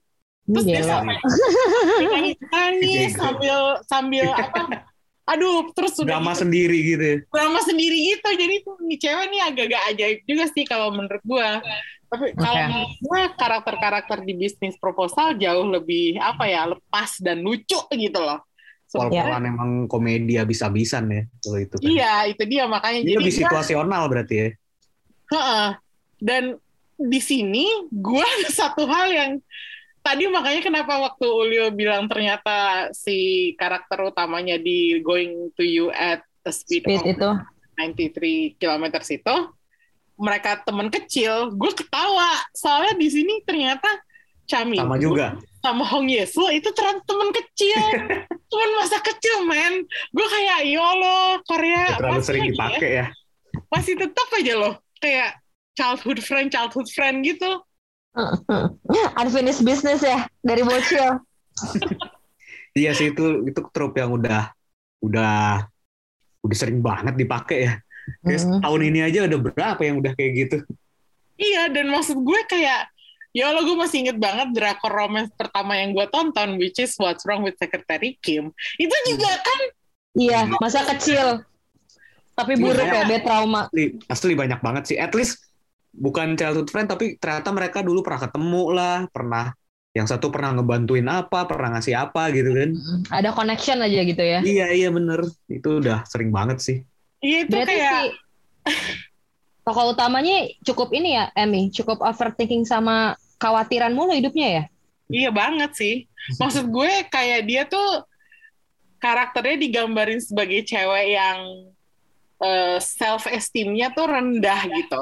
Speaker 2: Terus dia
Speaker 4: Gila.
Speaker 2: nangis sambil apa? Aduh, terus sudah
Speaker 3: drama sendiri gitu ya.
Speaker 2: drama sendiri gitu. Jadi tuh nih cewek nih agak-agak ajaib juga sih kalau menurut gua. Tapi kalau menurut gua karakter-karakter di bisnis proposal jauh lebih apa ya, lepas dan lucu gitu loh.
Speaker 3: Pol-polan emang komedi habis-habisan ya kalau itu kan.
Speaker 2: Iya, itu dia makanya.
Speaker 3: Ini
Speaker 2: jadi
Speaker 3: lebih situasional berarti ya.
Speaker 2: Dan di sini gue ada satu hal yang tadi makanya kenapa waktu Ulio bilang ternyata si karakter utamanya di Going to You at a Speed of
Speaker 4: itu
Speaker 2: 93 km itu mereka teman kecil, gue ketawa soalnya di sini ternyata Chami
Speaker 3: sama juga
Speaker 2: sama Hong Yesu itu ternyata teman kecil, teman masa kecil men. Gue kayak ya Allah, Korea
Speaker 3: terlalu sering dipakai ya.
Speaker 2: Masih tetap aja loh kayak childhood friend gitu.
Speaker 4: Unfinished business ya dari bocil.
Speaker 3: Iya sih itu trope yang udah sering banget dipakai ya. Tahun ini aja ada berapa yang udah kayak gitu.
Speaker 2: Iya, dan maksud gue kayak ya Allah, gue masih inget banget drakor romance pertama yang gue tonton, which is What's Wrong with Secretary Kim. Itu juga kan
Speaker 4: iya, masa kecil. Tapi buruk ya, dia trauma.
Speaker 3: Asli banyak banget sih. At least bukan childhood friend, tapi ternyata mereka dulu pernah ketemu lah, yang satu pernah ngebantuin apa, pernah ngasih apa gitu kan.
Speaker 4: Ada connection aja gitu ya.
Speaker 3: Iya bener. Itu udah sering banget sih.
Speaker 2: Iya itu
Speaker 4: berarti
Speaker 2: kayak
Speaker 4: si tokoh utamanya cukup ini ya, Emmy, cukup overthinking sama khawatiran mulu hidupnya ya.
Speaker 2: Iya banget sih. Maksud gue kayak dia tuh karakternya digambarin sebagai cewek yang self esteem-nya tuh rendah gitu.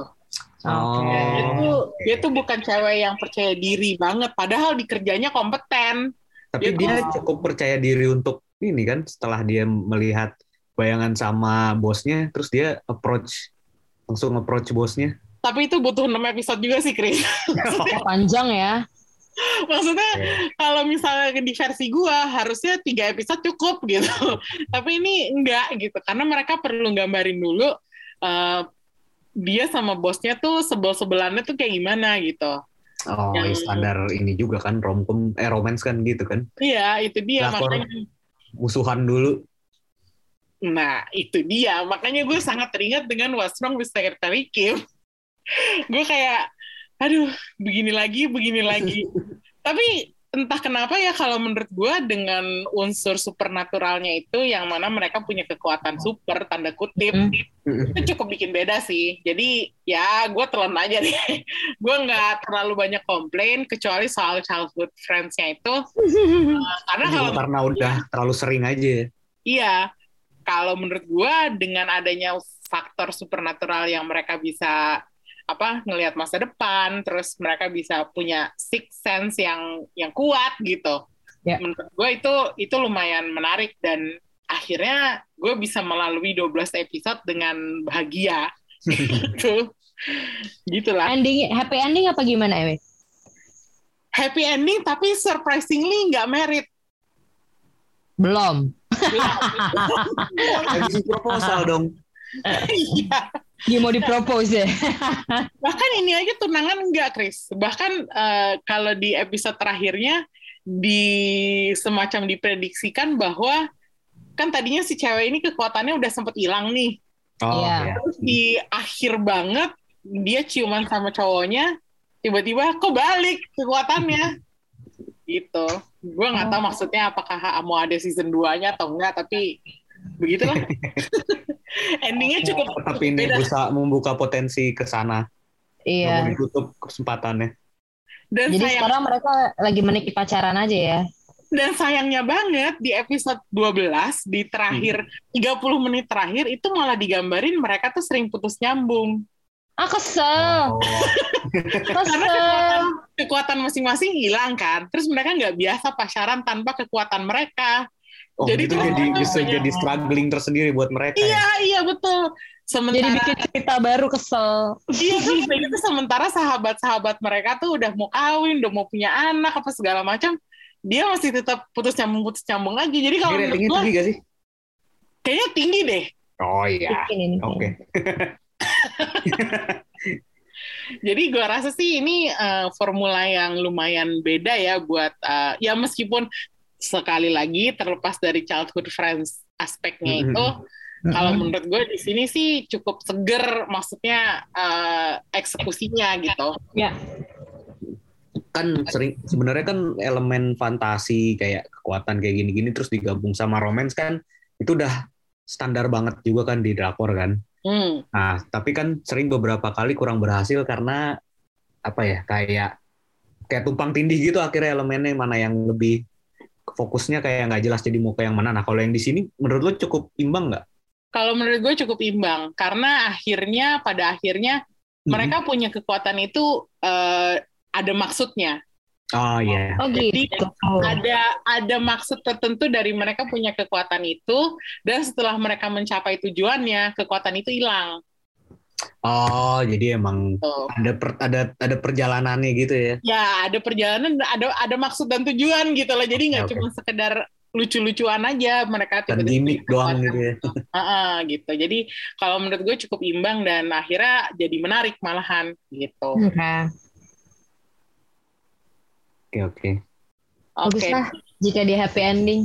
Speaker 2: Dia tuh bukan cewek yang percaya diri banget, padahal di kerjanya kompeten.
Speaker 3: Tapi dia cukup percaya diri untuk ini kan, setelah dia melihat bayangan sama bosnya, terus dia langsung approach bosnya.
Speaker 2: Tapi itu butuh 6 episode juga sih, Chris.
Speaker 4: Panjang ya.
Speaker 2: Maksudnya kalau misalnya di versi gua harusnya 3 episode cukup gitu. Tapi ini enggak gitu, karena mereka perlu gambarin dulu dia sama bosnya tuh sebel-sebelannya tuh kayak gimana gitu.
Speaker 3: Standar ini juga kan romance kan gitu kan.
Speaker 2: Iya, itu dia makanya
Speaker 3: musuhan dulu.
Speaker 2: Nah, itu dia. Makanya gue sangat teringat dengan What's Wrong with Secretary Kim. Gue kayak, aduh, begini lagi. Tapi entah kenapa ya kalau menurut gue dengan unsur supernaturalnya itu yang mana mereka punya kekuatan super tanda kutip itu cukup bikin beda sih. Jadi ya gue telan aja deh. Gue nggak terlalu banyak komplain kecuali soal childhood friends-nya itu. Karena
Speaker 3: udah terlalu sering aja.
Speaker 2: Iya. Kalau menurut gue dengan adanya faktor supernatural yang mereka bisa ngelihat masa depan, terus mereka bisa punya sixth sense yang kuat gitu. Yeah. Menurut gue itu lumayan menarik dan akhirnya gue bisa melalui 12 episode dengan bahagia. Gitulah.
Speaker 4: Happy ending apa gimana, Ewe?
Speaker 2: Happy ending tapi surprisingly nggak merit.
Speaker 4: Belum.
Speaker 3: Habis proposal dong.
Speaker 2: Iya.
Speaker 4: Dia mau dipropose ya.
Speaker 2: Bahkan ini aja tunangan enggak, Chris. Bahkan kalau di episode terakhirnya semacam diprediksikan bahwa kan tadinya si cewek ini kekuatannya udah sempet hilang nih. Terus di akhir banget dia ciuman sama cowoknya, tiba-tiba kok balik kekuatannya. Gitu. Gue nggak tahu maksudnya apakah mau ada season 2-nya atau enggak, tapi begitulah. Endingnya cukup
Speaker 3: tapi ini berusaha membuka potensi ke sana.
Speaker 4: Iya.
Speaker 3: Mau ditutup kesempatannya.
Speaker 2: Dan
Speaker 4: jadi sekarang mereka lagi menikah pacaran aja ya.
Speaker 2: Dan sayangnya banget di episode 12 di terakhir 30 menit terakhir itu malah digambarin mereka tuh sering putus nyambung.
Speaker 4: Kesel.
Speaker 2: Karena kekuatan masing-masing hilang kan. Terus mereka nggak biasa pacaran tanpa kekuatan mereka.
Speaker 3: Jadi itu jadi struggling tersendiri buat mereka.
Speaker 2: Iya betul.
Speaker 4: Jadi bikin cerita baru, kesel.
Speaker 2: Iya itu sementara sahabat-sahabat mereka tuh udah mau kawin, udah mau punya anak apa segala macam, dia masih tetap putus nyambung aja. Jadi kalau
Speaker 3: ratingnya tinggi gak sih?
Speaker 2: Kayaknya tinggi deh.
Speaker 3: Oh iya. Oke.
Speaker 2: Jadi gue rasa sih ini formula yang lumayan beda ya buat ya meskipun sekali lagi terlepas dari childhood friends aspeknya itu, kalau menurut gue di sini sih cukup seger, maksudnya eksekusinya gitu.
Speaker 4: Ya.
Speaker 3: Kan sering sebenarnya kan elemen fantasi kayak kekuatan kayak gini-gini terus digabung sama romance kan itu udah standar banget juga kan di drakor kan. Nah, tapi kan sering beberapa kali kurang berhasil karena apa ya, kayak tumpang tindih gitu akhirnya elemennya, mana yang lebih fokusnya kayak nggak jelas jadi mau ke yang mana. Nah, kalau yang di sini menurut lo cukup imbang nggak?
Speaker 2: Kalau menurut gue cukup imbang karena pada akhirnya mereka punya kekuatan itu ada maksudnya.
Speaker 3: Oh iya.
Speaker 4: Oh
Speaker 2: Jadi
Speaker 4: gitu.
Speaker 2: ada maksud tertentu dari mereka punya kekuatan itu, dan setelah mereka mencapai tujuannya, kekuatan itu hilang.
Speaker 3: Oh, jadi emang
Speaker 2: Tuh.
Speaker 3: ada perjalanannya gitu ya?
Speaker 2: Ya, ada perjalanan, ada maksud dan tujuan gitu loh. Jadi nggak cuma sekedar lucu-lucuan aja mereka
Speaker 3: Dan
Speaker 2: tiba-tiba
Speaker 3: gimmick doang gitu ya.
Speaker 2: gitu. Jadi kalau menurut gue cukup imbang dan akhirnya jadi menarik malahan gitu.
Speaker 3: Oke.
Speaker 4: Bagus lah jika dia happy ending.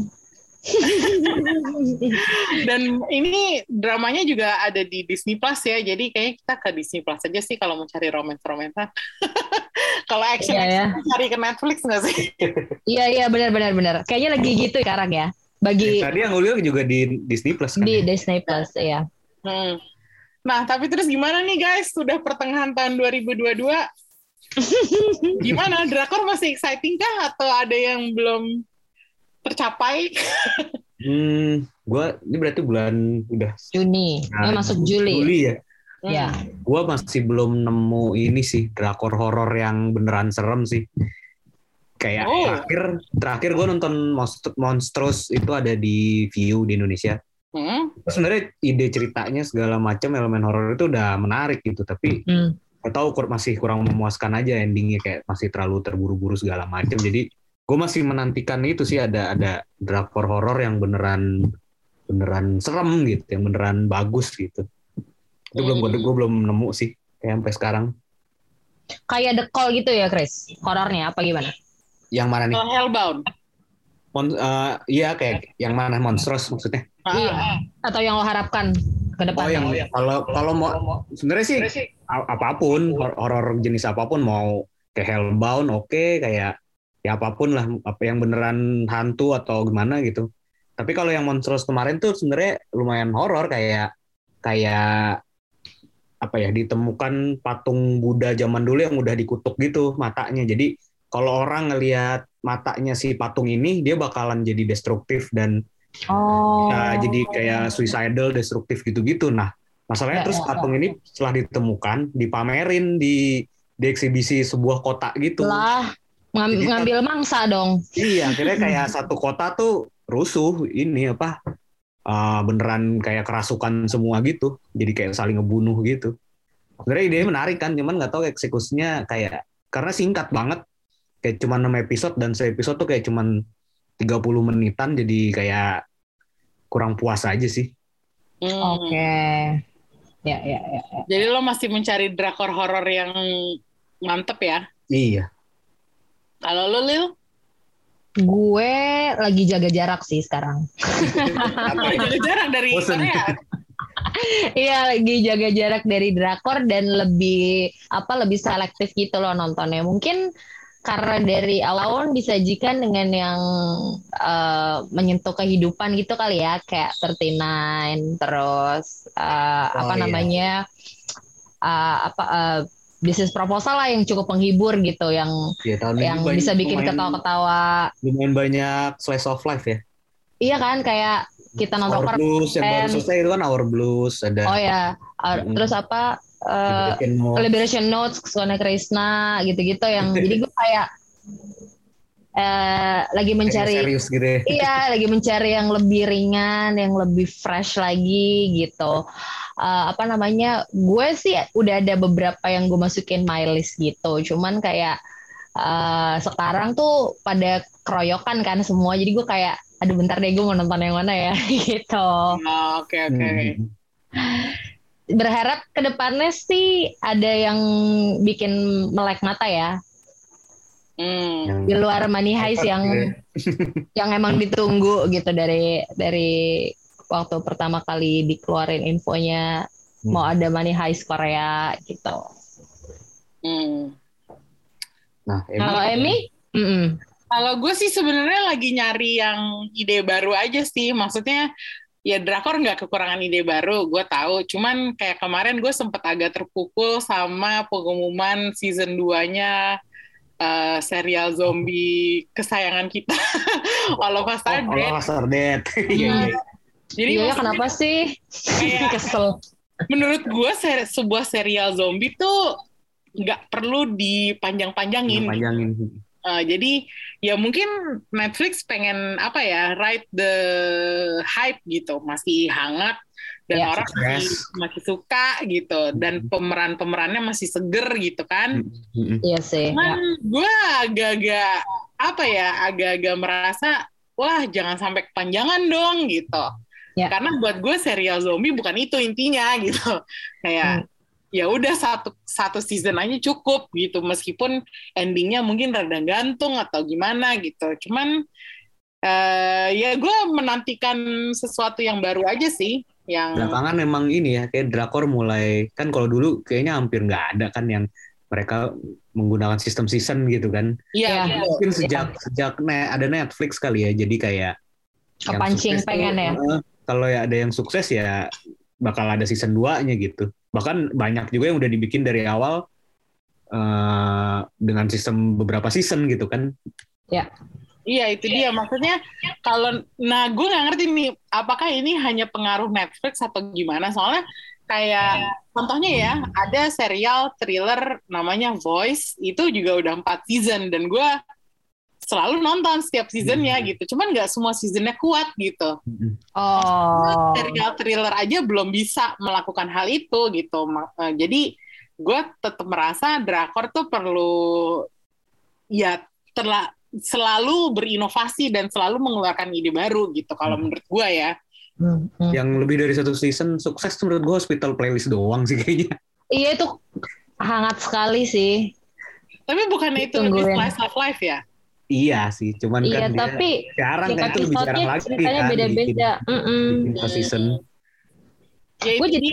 Speaker 2: Dan ini dramanya juga ada di Disney Plus ya, jadi kayaknya kita ke Disney Plus aja sih kalau mau cari romance-romancean. Kalau action cari ke Netflix nggak sih?
Speaker 4: Iya benar. Kayaknya lagi gitu sekarang ya. Bagi
Speaker 3: tadi yang gue juga di Disney Plus kan?
Speaker 4: Di Disney Plus ya.
Speaker 2: Nah, tapi terus gimana nih guys? Sudah pertengahan tahun 2022. Gimana? Drakor masih exciting kah? Atau ada yang belum tercapai?
Speaker 3: Gue ini berarti bulan udah
Speaker 4: Juni. Masuk Juli.
Speaker 3: Juli ya.
Speaker 4: Ya.
Speaker 3: Gue masih belum nemu ini sih drakor horor yang beneran serem sih. Kayak terakhir gue nonton Monstrous itu ada di View di Indonesia. Terus sebenarnya ide ceritanya segala macam elemen horor itu udah menarik gitu, tapi gak tahu masih kurang memuaskan aja endingnya, kayak masih terlalu terburu-buru segala macam. Jadi gue masih menantikan itu sih, ada drakor horor yang beneran serem gitu, yang beneran bagus gitu. Itu gue belum nemu sih kayak sampai sekarang.
Speaker 4: Kayak The Call gitu ya, Chris? Horornya apa gimana?
Speaker 3: Yang mana nih?
Speaker 2: Hellbound.
Speaker 3: Iya, kayak yang mana, Monstrous maksudnya?
Speaker 4: Iya. Atau yang lo harapkan ke depan?
Speaker 3: Kalau mau sebenarnya sih apapun horor jenis apapun, mau kayak Hellbound kayak ya apapun lah, apa yang beneran hantu atau gimana gitu. Tapi kalau yang Monstrous kemarin tuh sebenarnya lumayan horor, kayak apa ya, ditemukan patung Buddha zaman dulu yang udah dikutuk gitu matanya. Jadi kalau orang ngelihat matanya si patung ini, dia bakalan jadi destruktif dan jadi kayak suicidal, destruktif gitu-gitu. Nah, masalahnya terus patung ini setelah ditemukan, dipamerin di eksibisi sebuah kota gitu.
Speaker 4: Lah, ngambil mangsa dong.
Speaker 3: Iya, akhirnya kayak satu kota tuh rusuh, ini apa, beneran kayak kerasukan semua gitu. Jadi kayak saling ngebunuh gitu. Sebenarnya ide menarik kan, cuman nggak tahu eksekusinya kayak, karena singkat banget, kayak cuma 6 episode dan se-episode tuh kayak cuma 30 menitan, jadi kayak kurang puas aja sih.
Speaker 4: Oke. Ya.
Speaker 2: Jadi lo masih mencari drakor horor yang mantep ya?
Speaker 3: Iya.
Speaker 2: Kalau lo, Lil?
Speaker 4: Gue lagi jaga jarak sih sekarang.
Speaker 2: Jaga jarak dari Korea?
Speaker 4: Iya, lagi jaga jarak dari drakor dan lebih selektif gitu loh nontonnya. Mungkin karena dari awal disajikan dengan yang menyentuh kehidupan gitu kali ya, kayak 39, terus bisnis proposal lah yang cukup menghibur gitu, yang bisa bikin ketawa-ketawa.
Speaker 3: Lumayan banyak slice of life ya.
Speaker 4: Iya kan, kayak kita nonton
Speaker 3: Our Blues yang baru selesai itu kan Our Blues ada.
Speaker 4: Oh ya, terus Liberation Notes, Sona Krishna gitu-gitu yang jadi gue kayak lagi mencari
Speaker 3: serius gitu ya.
Speaker 4: Iya, lagi mencari yang lebih ringan, yang lebih fresh lagi gitu. Gue sih udah ada beberapa yang gue masukin my list gitu. Cuman kayak sekarang tuh pada keroyokan kan semua. Jadi gue kayak aduh bentar deh gue mau nonton yang mana ya gitu.
Speaker 2: Oke.
Speaker 4: berharap ke depannya sih ada yang bikin melek mata ya. Di luar Money Heist yang emang ditunggu gitu dari waktu pertama kali dikeluarin infonya mau ada Money Heist Korea gitu.
Speaker 3: Nah,
Speaker 4: Kalau Emmy?
Speaker 2: Kalau gue sih sebenarnya lagi nyari yang ide baru aja sih. Maksudnya ya drakor nggak kekurangan ide baru, gue tahu. Cuman kayak kemarin gue sempet agak terpukul sama pengumuman season 2-nya serial zombie kesayangan kita. All of Us Are Dead.
Speaker 3: All of Us Are Dead.
Speaker 2: Jadi
Speaker 4: iya, kenapa sih?
Speaker 2: Kayak,
Speaker 4: kesel.
Speaker 2: Menurut gue sebuah serial zombie tuh nggak perlu dipanjang-panjangin. Jadi ya mungkin Netflix pengen apa ya, ride the hype gitu, masih hangat dan orang masih suka gitu, dan pemerannya masih seger gitu kan.
Speaker 4: Iya sih.
Speaker 2: Cuman gue agak-agak merasa wah jangan sampai kepanjangan dong gitu. Karena buat gue serial zombie bukan itu intinya gitu. Kayak ya udah satu season aja cukup gitu, meskipun endingnya mungkin rada gantung atau gimana gitu. Cuman ya gue menantikan sesuatu yang baru aja sih. Yang
Speaker 3: belakangan memang ini ya, kayak drakor mulai, kan kalau dulu kayaknya hampir nggak ada kan yang mereka menggunakan sistem season gitu kan.
Speaker 2: Iya.
Speaker 3: Mungkin sejak ada Netflix kali ya, jadi kayak
Speaker 4: kepancing pengen ya.
Speaker 3: Kalau ya ada yang sukses ya bakal ada season 2-nya gitu. Bahkan banyak juga yang udah dibikin dari awal dengan sistem beberapa season gitu kan.
Speaker 4: Ya.
Speaker 2: Iya, itu dia. Maksudnya gue nggak ngerti nih, apakah ini hanya pengaruh Netflix atau gimana? Soalnya kayak contohnya ya, ada serial thriller namanya Voice, itu juga udah 4 season, dan gue selalu nonton setiap seasonnya gitu. Cuman nggak semua seasonnya kuat gitu. Serial thriller aja belum bisa melakukan hal itu gitu. Jadi gue tetap merasa drakor tuh perlu ya selalu berinovasi dan selalu mengeluarkan ide baru gitu kalau menurut gue ya.
Speaker 3: Yang lebih dari satu season sukses tuh menurut gue Hospital Playlist doang sih kayaknya.
Speaker 4: Iya, itu hangat sekali sih.
Speaker 2: Tapi bukannya itu lebih slice of life ya?
Speaker 3: Iya sih, cuman kan
Speaker 4: tapi
Speaker 3: jarang kan, itu lebih jarang lagi
Speaker 4: ceritanya
Speaker 3: kan
Speaker 4: beda-beda.
Speaker 3: bikin season.
Speaker 2: Ya,
Speaker 4: gue jadi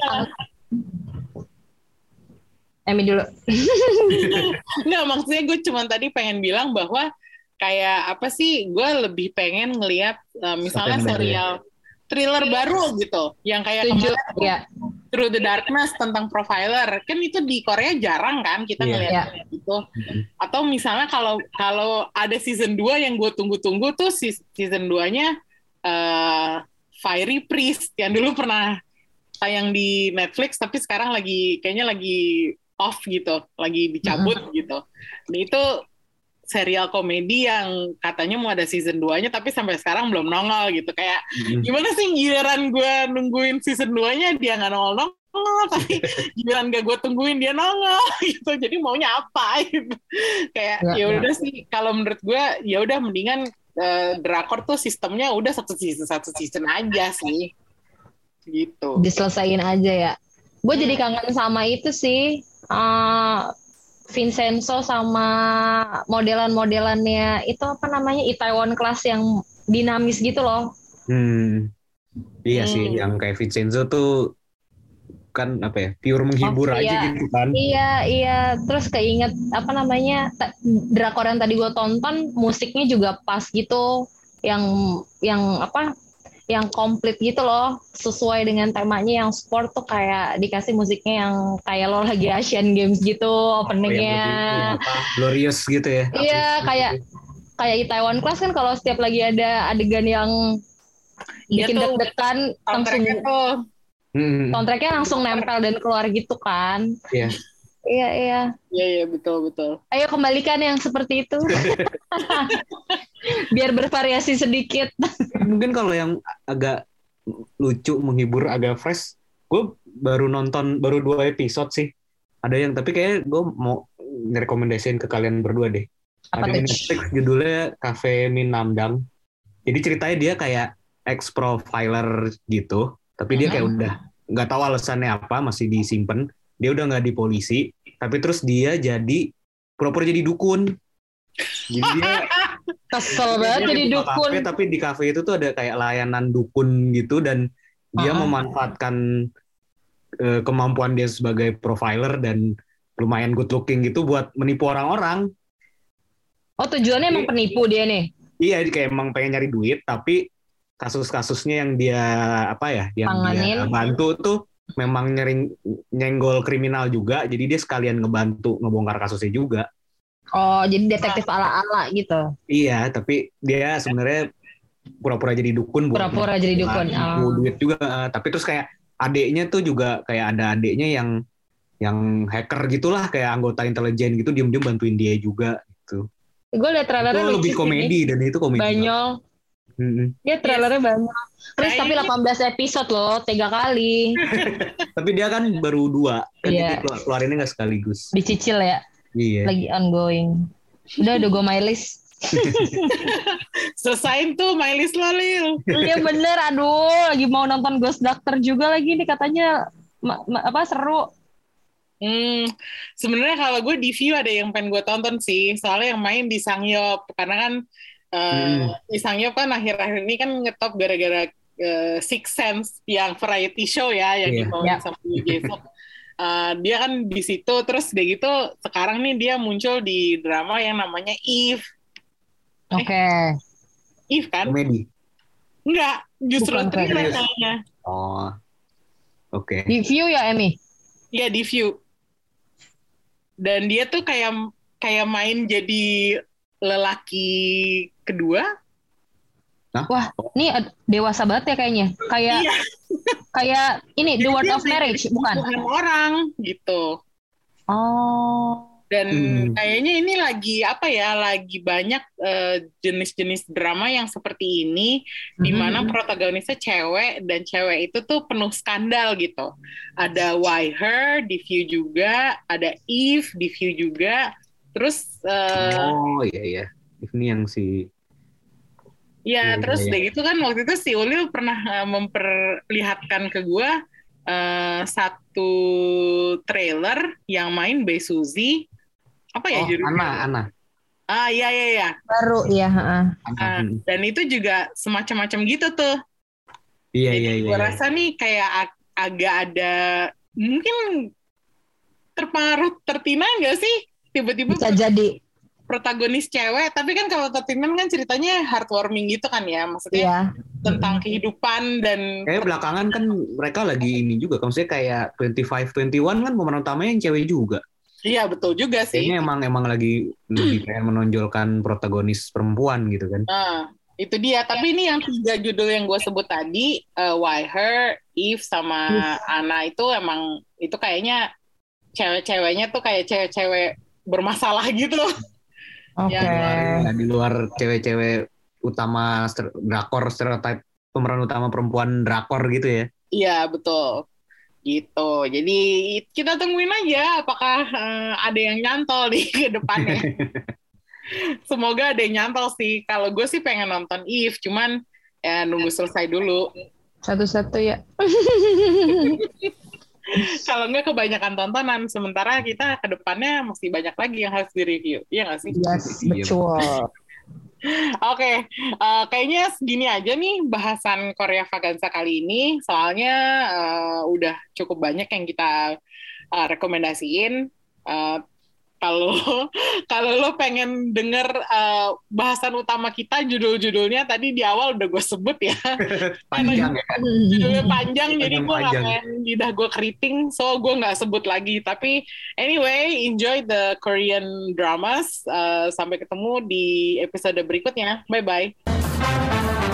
Speaker 4: Emi dulu.
Speaker 2: Nggak, maksudnya gue cuma tadi pengen bilang bahwa kayak apa sih, gue lebih pengen ngelihat misalnya serial thriller baru gitu, yang kayak kemarin Through the Darkness tentang profiler, kan itu di Korea jarang kan kita ngelihat gitu. Atau misalnya kalau ada season 2 yang gue tunggu-tunggu tuh season 2-nya Fiery Priest yang dulu pernah tayang di Netflix tapi sekarang kayaknya lagi off gitu, lagi dicabut gitu. Nah, itu serial komedi yang katanya mau ada season 2-nya tapi sampai sekarang belum nongol gitu. Kayak gimana sih giliran gue nungguin season 2-nya dia nggak nongol tapi giliran gak gue tungguin dia nongol gitu. Jadi maunya apa gitu. Kayak ya udah sih, kalau menurut gue ya udah mendingan drakor tuh sistemnya udah satu season aja sih. Gitu.
Speaker 4: Diselesain aja ya. Gue jadi kangen sama itu sih. Vincenzo sama modelan-modelannya itu apa namanya, Itaewon Class yang dinamis gitu loh.
Speaker 3: Iya sih, yang kayak Vincenzo tuh kan apa ya, pure menghibur aja gitu kan.
Speaker 4: Iya. Terus keinget apa namanya, drakor yang tadi gue tonton musiknya juga pas gitu, yang apa, yang komplit gitu loh, sesuai dengan temanya. Yang sport tuh kayak dikasih musiknya yang kayak lo lagi Asian Games gitu openingnya.
Speaker 3: Glorious gitu ya.
Speaker 4: Iya, kayak Itaewon Class kan kalau setiap lagi ada adegan yang bikin deg-degan langsung soundtracknya langsung nempel dan keluar gitu kan. Iya,
Speaker 2: betul.
Speaker 4: Ayo kembalikan yang seperti itu. Biar bervariasi sedikit.
Speaker 3: Mungkin kalau yang agak lucu, menghibur, agak fresh, gue baru 2 episode sih. Ada yang, tapi kayaknya gue mau ngerekomendasiin ke kalian berdua deh. Ada di Netflix, judulnya Cafe Minamdang. Jadi ceritanya dia kayak ex-profiler gitu, tapi dia kayak nggak tahu alasannya apa, masih disimpan. Dia udah nggak di polisi, tapi terus dia jadi pura-pura jadi dukun. Jadi dia
Speaker 4: Kesel banget jadi dukun.
Speaker 3: Kafe, tapi di kafe itu tuh ada kayak layanan dukun gitu, dan dia memanfaatkan kemampuan dia sebagai profiler dan lumayan good looking gitu buat menipu orang-orang.
Speaker 4: Oh, tujuannya emang penipu dia nih?
Speaker 3: Iya, kayak emang pengen nyari duit, tapi kasus-kasusnya yang dia dia bantu tuh memang nyenggol kriminal juga, jadi dia sekalian ngebantu ngebongkar kasusnya juga.
Speaker 4: Oh, jadi detektif ala-ala gitu?
Speaker 3: Iya, tapi dia sebenarnya pura-pura jadi dukun.
Speaker 4: Pura-pura jadi dukun.
Speaker 3: Duit juga, tapi terus kayak adeknya tuh juga kayak ada adeknya yang hacker gitulah, kayak anggota intelijen gitu, diem-diem bantuin dia juga gitu.
Speaker 4: Gue liat trailernya
Speaker 3: itu lebih komedi dan itu komedi.
Speaker 4: Banyol. Dia trailernya banyak. Terus tapi 18 episode loh, 3 kali.
Speaker 3: Tapi dia kan baru 2, kan jadi keluarinnya nggak sekaligus.
Speaker 4: Dicicil ya.
Speaker 3: Iya.
Speaker 4: Lagi ongoing. Udah go my list.
Speaker 2: Selesain tuh my list lo, Lil.
Speaker 4: Iya bener, aduh, lagi mau nonton Ghost Doctor juga lagi nih katanya seru.
Speaker 2: Sebenarnya kalau gue di View ada yang pengen gue tonton sih, soalnya yang main di Sangyop, karena kan di Sangyop kan akhir-akhir ini kan ngetop gara-gara Six Sense yang variety show ya, yang dibawain sama Lee Jae-suk. Dia kan di situ, terus udah gitu sekarang nih dia muncul di drama yang namanya Eve.
Speaker 4: Oke.
Speaker 2: Eve kan?
Speaker 3: Komedi.
Speaker 2: Enggak, justru thriller kayaknya.
Speaker 3: Oh. Oke.
Speaker 4: Di View ya, Emmy?
Speaker 2: Iya, di View. Dan dia tuh kayak main jadi lelaki kedua.
Speaker 3: Hah?
Speaker 4: Wah, ini dewasa banget ya kayaknya. Kayak ini The Word of Marriage, bukan?
Speaker 2: Bukan orang gitu.
Speaker 4: Oh.
Speaker 2: Dan kayaknya ini lagi lagi banyak jenis-jenis drama yang seperti ini, di mana protagonisnya cewek, dan cewek itu tuh penuh skandal gitu. Ada Why Her di View juga, ada Eve di View juga. Terus
Speaker 3: oh iya. Ini yang si
Speaker 2: terus udah gitu kan waktu itu si Ulil pernah memperlihatkan ke gue satu trailer yang main Bae Suzy. Apa ya judulnya?
Speaker 3: Ana.
Speaker 2: Iya.
Speaker 4: Baru ya.
Speaker 2: Dan itu juga semacam-macam gitu tuh.
Speaker 3: Iya.
Speaker 2: Gue rasa nih kayak agak ada mungkin terpengaruh Tertinan nggak sih? Tiba-tiba
Speaker 4: bisa jadi
Speaker 2: protagonis cewek, tapi kan kalau Tertinan kan ceritanya heartwarming gitu kan ya, maksudnya tentang kehidupan dan.
Speaker 3: Kayak belakangan kan mereka lagi ini juga, maksudnya kayak 25-21 kan pemeran utamanya yang cewek juga.
Speaker 2: Iya betul juga sih.
Speaker 3: Kayaknya emang lagi lebih pengen menonjolkan protagonis perempuan gitu kan.
Speaker 2: Itu dia. Tapi ini yang 3 judul yang gue sebut tadi, Why Her, Eve, sama Anna itu emang itu kayaknya cewek-ceweknya tuh kayak cewek-cewek bermasalah gitu loh.
Speaker 4: Oke.
Speaker 3: Di luar cewek-cewek utama drakor, stereotip pemeran utama perempuan drakor gitu ya. Iya
Speaker 2: betul. Gitu. Jadi kita tungguin aja apakah ada yang nyantol di ke depannya. Semoga ada yang nyantol sih. Kalau gue sih pengen nonton Eve, cuman ya nunggu selesai dulu.
Speaker 4: Satu-satu ya.
Speaker 2: Kalau nggak kebanyakan tontonan, sementara kita ke depannya masih banyak lagi yang harus direview. Iya nggak sih?
Speaker 4: Yes, betul.
Speaker 2: Oke, kayaknya segini aja nih bahasan Korea Vaganza kali ini. Soalnya udah cukup banyak yang kita rekomendasiin. Kalau lo pengen denger bahasan utama kita, judul-judulnya tadi di awal udah gue sebut ya.
Speaker 3: Panjang ya.
Speaker 2: Judulnya panjang, jadi gue nggak pengen lidah gue keriting, so gue nggak sebut lagi. Tapi anyway, enjoy the Korean dramas. Sampai ketemu di episode berikutnya. Bye-bye.